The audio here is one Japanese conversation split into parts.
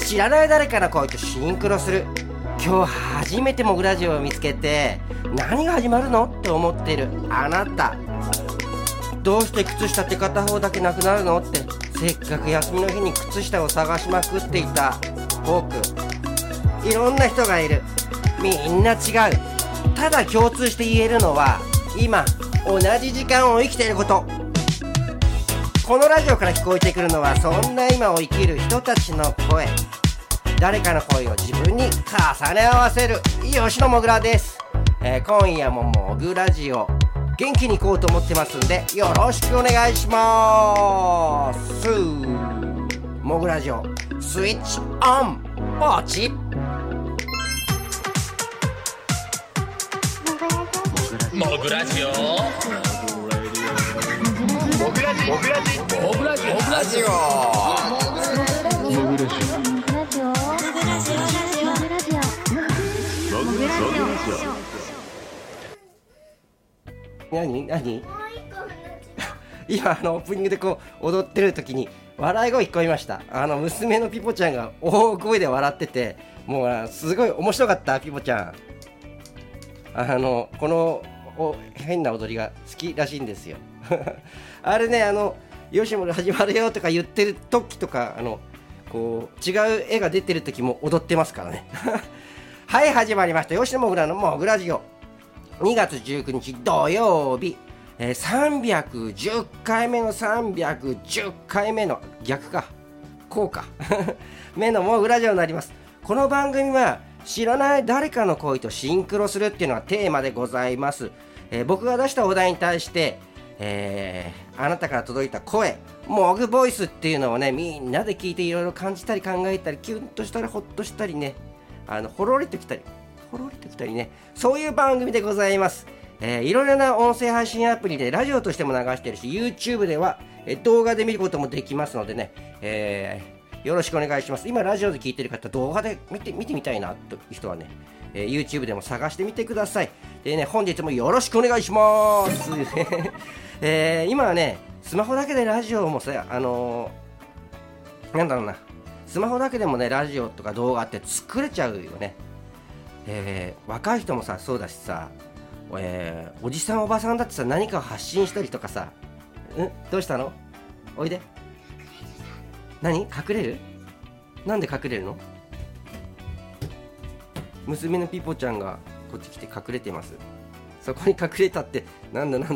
知らない誰かの声とシンクロする。今日初めてモグラジオを見つけて何が始まるのって思っているあなた、どうして靴下って片方だけなくなるのってせっかく休みの日に靴下を探しまくっていた僕、いろんな人がいる。みんな違う。ただ共通して言えるのは今同じ時間を生きていること。このラジオから聞こえてくるのはそんな今を生きる人たちの声。誰かの声を自分に重ね合わせる吉野もぐらです。今夜ももぐラジオ元気に行こうと思ってますんでよろしくお願いします。もぐラジオスイッチオンポチ。 もぐラジオもぐラジオもぐラジオもぐラジオもぐラジオ何今オープニングでこう踊ってる時に笑い声聞こえました。娘のピポちゃんが大声で笑ってて、もうすごい面白かった。ピポちゃんこの変な踊りが好きらしいんですよあれね、よしも始まるよとか言ってる時とかこう違う絵が出てる時も踊ってますからねはい、始まりました吉野もぐらのもぐラジオ。2月19日土曜日、310回目の310回目の逆かこうか目のもぐラジオになります。この番組は知らない誰かの声とシンクロするっていうのがテーマでございます。僕が出したお題に対して、あなたから届いた声、モグボイスっていうのをね、みんなで聞いていろいろ感じたり考えたり、キュンとしたりホッとしたりね、ほろりときたりね、そういう番組でございます。いろいろな音声配信アプリでラジオとしても流しているし、 YouTube では、動画で見ることもできますのでね、よろしくお願いします。今ラジオで聞いてる方、動画で見てみたいなという人はね、YouTube でも探してみてください。でね、本日もよろしくお願いします今はね、スマホだけでラジオもさ、なんだろうな、スマホだけでもね、ラジオとか動画って作れちゃうよね。若い人もさ、そうだしさ、おじさんおばさんだってさ、何かを発信したりとかさ、どうしたの？おいで。何？隠れる？なんで隠れるの？娘のピポちゃんがこっち来て隠れてます。そこに隠れたってなんだ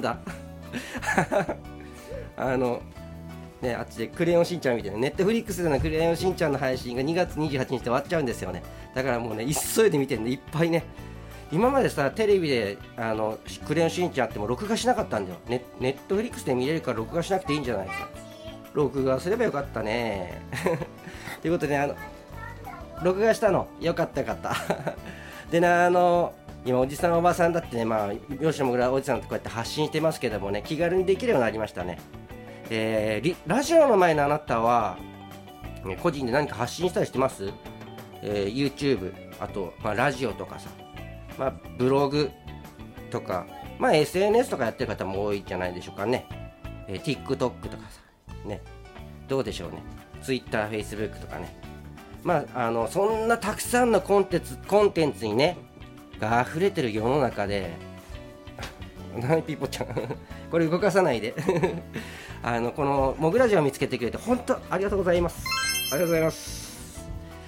ね、あっちでクレヨンしんちゃんみたいな、ネットフリックスでのクレヨンしんちゃんの配信が2月28日で終わっちゃうんですよね。だからもうね、急いで見てるんで、いっぱいね。今までさ、テレビでクレヨンしんちゃんっても録画しなかったんだよ。ネットフリックスで見れるから録画しなくていいんじゃないですか。録画すればよかったねということで、録画したのよかったでな、今おじさんおばさんだってね、まあ吉野もぐらおじさんとこうやって発信してますけどもね、気軽にできるようになりましたね。ラジオの前のあなたは、個人で何か発信したりしてます？YouTube、 あと、ラジオとかさ、ブログとか、SNS とかやってる方も多いんじゃないでしょうかね。TikTok とかさね、どうでしょうね。Twitter、Facebook とかね。そんなたくさんのコンテンツにねが溢れてる世の中で何ピーポちゃんこれ動かさないでこのモグラジオを見つけてくれて本当ありがとうございます。ありがとうございます。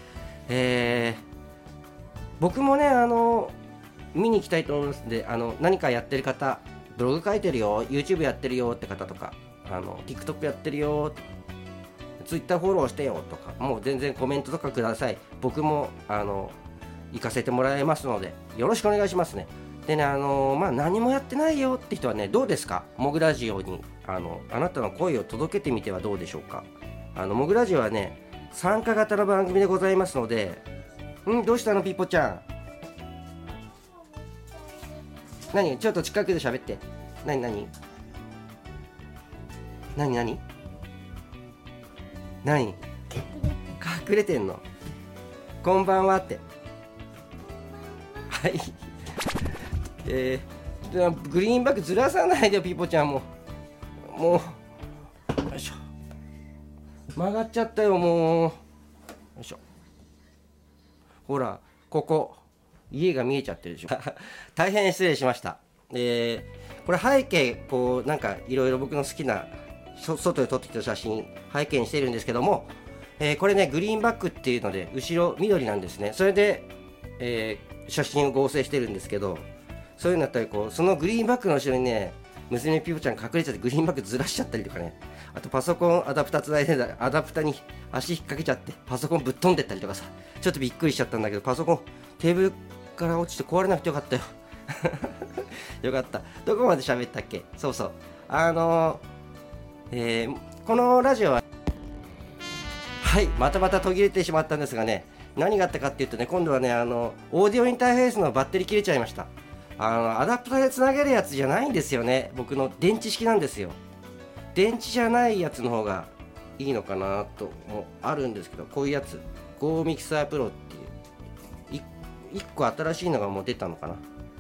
僕もね見に行きたいと思いますんで、何かやってる方、ブログ書いてるよ、 YouTube やってるよって方とか、TikTok やってるよ、Twitter フォローしてよとか、もう全然コメントとかください。僕も行かせてもらえますのでよろしくお願いしますね。でね、何もやってないよって人はね、どうですか、モグラジオにあなたの声を届けてみてはどうでしょうか。モグラジオはね、参加型の番組でございますので、どうしたのピーポちゃん、何ちょっと近くで喋って。何隠れてんの？こんばんはって。はいグリーンバックずらさないでよピーポちゃん。もうよいしょ、曲がっちゃったよ。もうよいしょ、 ほらここ家が見えちゃってるでしょ大変失礼しました。これ背景こうなんかいろいろ僕の好きな外で撮ってきた写真背景にしてるんですけども、これねグリーンバックっていうので後ろ緑なんですね。それで、写真を合成してるんですけど、そういうのだったらこうそのグリーンバックの後ろにね娘ピポちゃん隠れちゃってグリーンバックずらしちゃったりとかね、あとパソコンアダプタつないでアダプタに足引っ掛けちゃってパソコンぶっ飛んでったりとかさ、ちょっとびっくりしちゃったんだけど、パソコンテーブルから落ちて壊れなくてよかったよよかった。どこまで喋ったっけ。そうそう、このラジオははいまた途切れてしまったんですがね、何があったかっていうとね、今度はねオーディオインターフェースのバッテリー切れちゃいました。アダプターでつなげるやつじゃないんですよね。僕の電池式なんですよ。電池じゃないやつの方がいいのかなともあるんですけど、こういうやつ Go Mixer Pro っていう1個新しいのがもう出たのかな。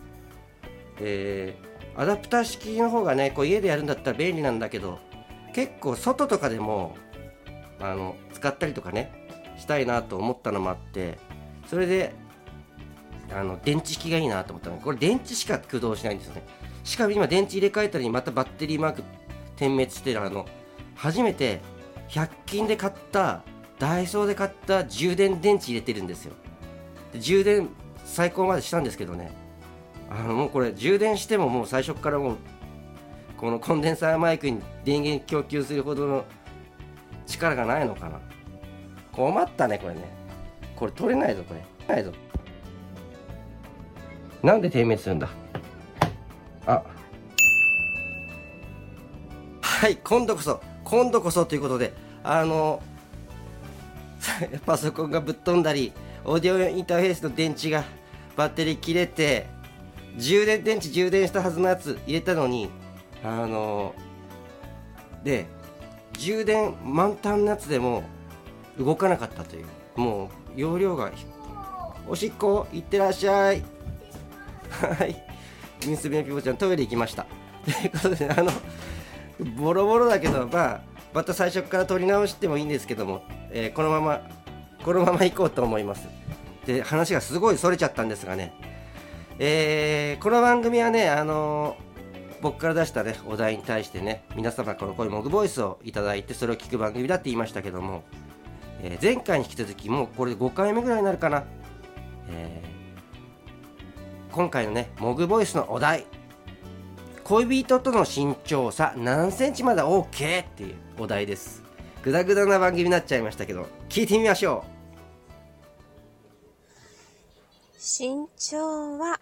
アダプター式の方がねこう家でやるんだったら便利なんだけど、結構外とかでも使ったりとかねしたいなと思ったのもあって、それで電池式がいいなと思ったの。これ電池しか駆動しないんですよね。しかも今電池入れ替えたのにまたバッテリーマーク点滅してる初めて100均で買ったダイソーで買った充電電池入れてるんですよ。で充電最高までしたんですけどね、もうこれ充電してももう最初からもうこのコンデンサーマイクに電源供給するほどの力がないのかな。困ったねこれね。これ取れないぞこれ。ないぞ。なんで点滅するんだ。はい今度こそということでパソコンがぶっ飛んだりオーディオインターフェースの電池がバッテリー切れて充電したはずのやつ入れたのにで充電満タンのやつでも動かなかったという、もう容量がおしっこ行ってらっしゃいはい娘ピポちゃんトイレ行きましたということでボロボロだけどまた最初から撮り直してもいいんですけども、このまま行こうと思います。で話がすごいそれちゃったんですがね、この番組はね僕から出したねお題に対してね皆様からこういうモグボイスをいただいてそれを聞く番組だって言いましたけども、前回に引き続きもうこれで5回目ぐらいになるかな、今回のねモグボイスのお題、恋人との身長差何センチまで OK っていうお題です。グダグダな番組になっちゃいましたけど聞いてみましょう。身長は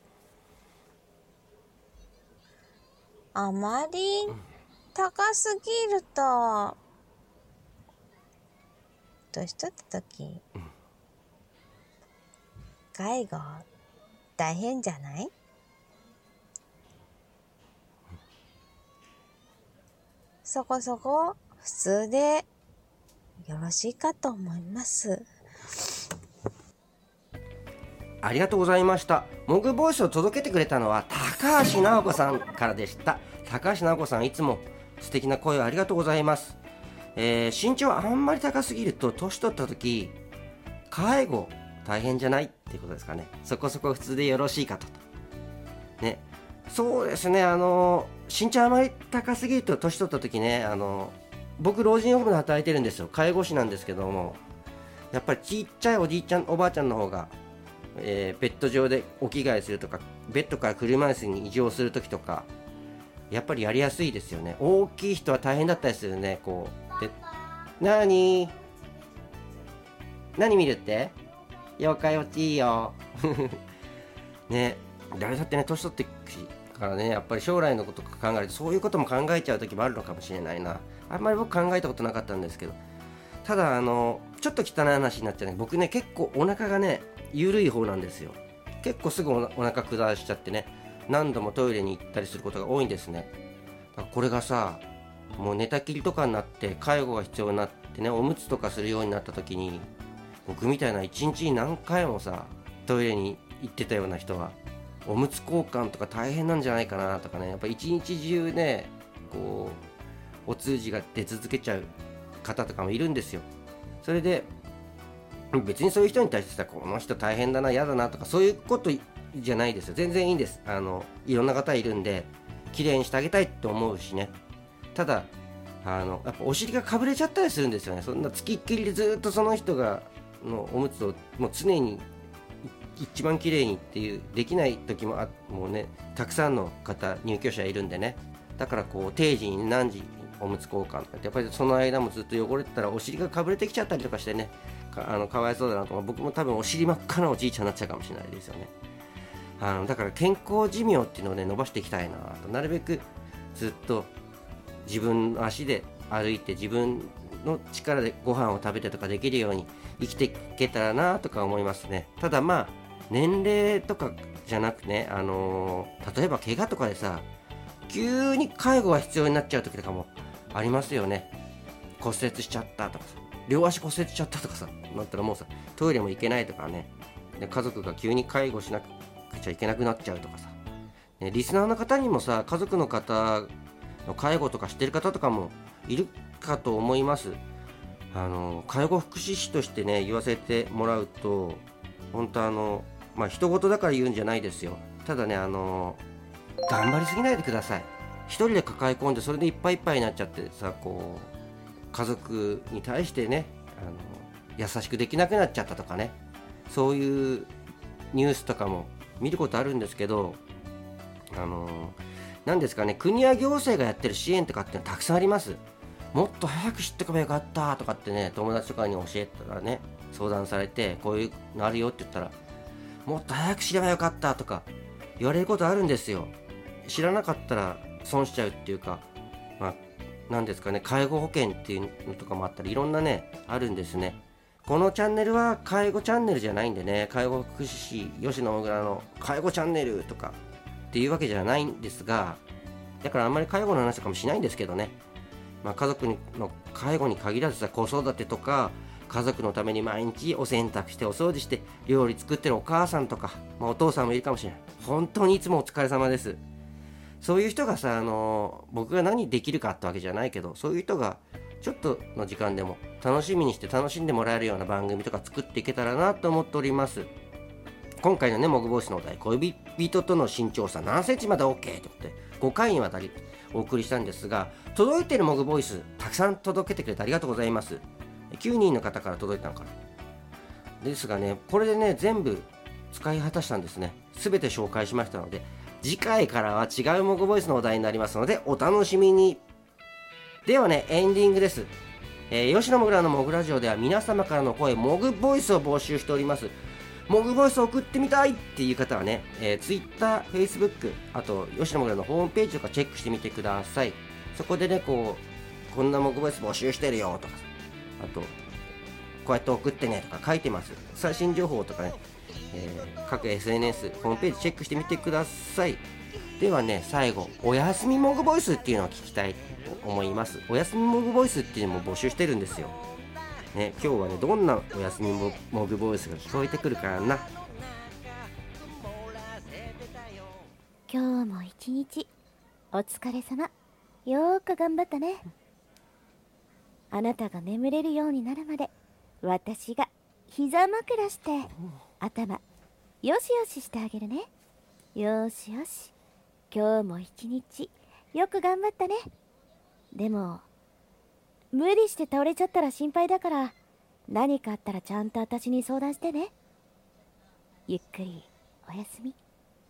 あまり高すぎると年取った時、介護大変じゃない？そこそこ普通でよろしいかと思います。 ありがとうございました。モグボイスを届けてくれたのは高橋直子さんからでした。高橋直子さんいつも素敵な声をありがとうございます。身長あんまり高すぎると年取った時介護大変じゃないっていうことですかね。そこそこ普通でよろしいかとね。そうですね、身長あまり高すぎると年取った時ね、僕老人ホームで働いてるんですよ。介護士なんですけども、やっぱりちっちゃいおじいちゃんおばあちゃんの方が、ベッド上でお着替えするとかベッドから車椅子に移動する時とかやっぱりやりやすいですよね。大きい人は大変だったりするね。こうで何見るって妖怪落ちいいよね、誰だってね年取ってからねやっぱり将来のことか考えるとそういうことも考えちゃう時もあるのかもしれないな。あんまり僕考えたことなかったんですけど、ただちょっと汚い話になっちゃうね。僕ね結構お腹がね緩い方なんですよ。結構すぐお腹下しちゃってね何度もトイレに行ったりすることが多いんですね。だからこれがさもう寝たきりとかになって介護が必要になってねおむつとかするようになった時に僕みたいな一日に何回もさトイレに行ってたような人はおむつ交換とか大変なんじゃないかなとかね、やっぱ一日中ねこうお通じが出続けちゃう方とかもいるんですよ。それで別にそういう人に対してさ、この人大変だな、嫌だなとかそういうことじゃないですよ。全然いいんです。いろんな方いるんで綺麗にしてあげたいって思うしね。ただやっぱお尻がかぶれちゃったりするんですよね。そんなつきっきりでずっとその人がのおむつをもう常に一番綺麗にっていうできない時ももうね、たくさんの方入居者いるんでね。だからこう定時に何時おむつ交換とかってやっぱりその間もずっと汚れてたらお尻がかぶれてきちゃったりとかしてね、かわいそうだなとか、僕も多分お尻真っ赤なおじいちゃんになっちゃうかもしれないですよね。だから健康寿命っていうのをね伸ばしていきたいなと。なるべくずっと自分の足で歩いて自分の力でご飯を食べてとかできるように生きていけたらなとか思いますね。ただまあ年齢とかじゃなくね、例えば怪我とかでさ急に介護が必要になっちゃう時とかもありますよね。骨折しちゃったとかさ、両足骨折しちゃったとかさ、なったらもうさトイレも行けないとかね、で家族が急に介護しなくちゃいけなくなっちゃうとかさ、ね、リスナーの方にもさ家族の方の介護とかしてる方とかもいるかと思います。介護福祉士としてね言わせてもらうと、本当人事だから言うんじゃないですよ。ただね頑張りすぎないでください。一人で抱え込んでそれでいっぱいいっぱいになっちゃってさ、こう家族に対してね優しくできなくなっちゃったとかね、そういうニュースとかも見ることあるんですけど、なんですかね、国や行政がやってる支援とかってたくさんあります。もっと早く知っておけばよかったとかってね、友達とかに教えたらね、相談されてこういうのあるよって言ったら、もっと早く知ればよかったとか言われることあるんですよ。知らなかったら損しちゃうっていうか、なんですかね、介護保険っていうのとかもあったり、いろんなねあるんですね。このチャンネルは介護チャンネルじゃないんでね、介護福祉士吉野もぐらの介護チャンネルとかっていうわけじゃないんですが、だからあんまり介護の話とかもしないんですけどね、家族の介護に限らずさ、子育てとか家族のために毎日お洗濯してお掃除して料理作ってるお母さんとか、お父さんもいるかもしれない。本当にいつもお疲れ様です。そういう人がさ、僕が何できるかってわけじゃないけど、そういう人がちょっとの時間でも楽しみにして楽しんでもらえるような番組とか作っていけたらなと思っております。今回のねモグボイスのお題、恋人との身長差何センチまで OK ということで5回にわたりお送りしたんですが、届いてるモグボイスたくさん届けてくれてありがとうございます。9人の方から届いたのかな。ですがね、これでね全部使い果たしたんですね。全て紹介しましたので、次回からは違うモグボイスのお題になりますのでお楽しみに。ではね、エンディングです。吉野もぐらのモグラジオでは皆様からの声、モグボイスを募集しております。モグボイスを送ってみたいっていう方はね、Twitter、Facebook、あと吉野もぐらのホームページとかチェックしてみてください。そこでね、こんなモグボイス募集してるよとか、あとこうやって送ってねとか書いてます。最新情報とかね、各 SNS、ホームページチェックしてみてください。ではね、最後、おやすみモグボイスっていうのを聞きたいと思います。おやすみモグボイスっていうのも募集してるんですよ。ね、今日はね、どんなおやすみモグボイスが聞こえてくるかな。 今日も一日お疲れ様。よーく頑張ったね。あなたが眠れるようになるまで私が膝枕して頭よしよししてあげるね。よしよし、今日も一日よく頑張ったね。でも無理して倒れちゃったら心配だから、何かあったらちゃんと私に相談してね。ゆっくりおやすみ。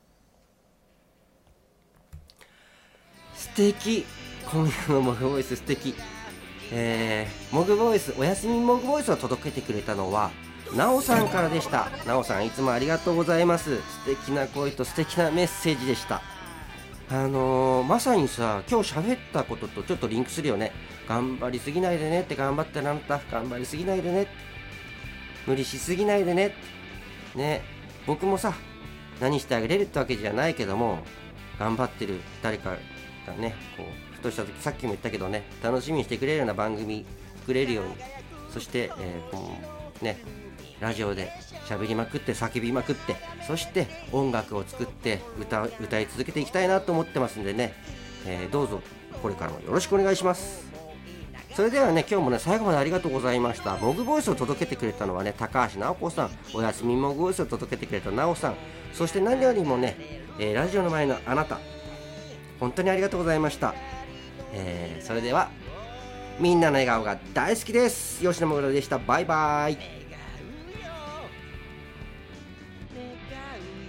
素敵。今夜のモグボイス素敵。モグボイス、おやすみモグボイスを届けてくれたのはなおさんからでした。なおさん、いつもありがとうございます。素敵な声と素敵なメッセージでした。まさにさ、今日喋ったこととちょっとリンクするよね。頑張りすぎないでねって、頑張ってあなた頑張りすぎないでね、無理しすぎないでね。ね、僕もさ何してあげれるってわけじゃないけども、頑張ってる誰かがね、こうふとした時、さっきも言ったけどね、楽しみにしてくれるような番組作れるように、そして、ね、ラジオで喋りまくって叫びまくって、そして音楽を作って歌い続けていきたいなと思ってますんでね、どうぞこれからもよろしくお願いします。 それではね、今日もね最後までありがとうございました。モグボイスを届けてくれたのはね、高橋直子さん、おやすみモグボイスを届けてくれたなおさん、そして何よりもね、ラジオの前のあなた、本当にありがとうございました。それでは、みんなの笑顔が大好きです。吉野もぐらでした。バイバイ。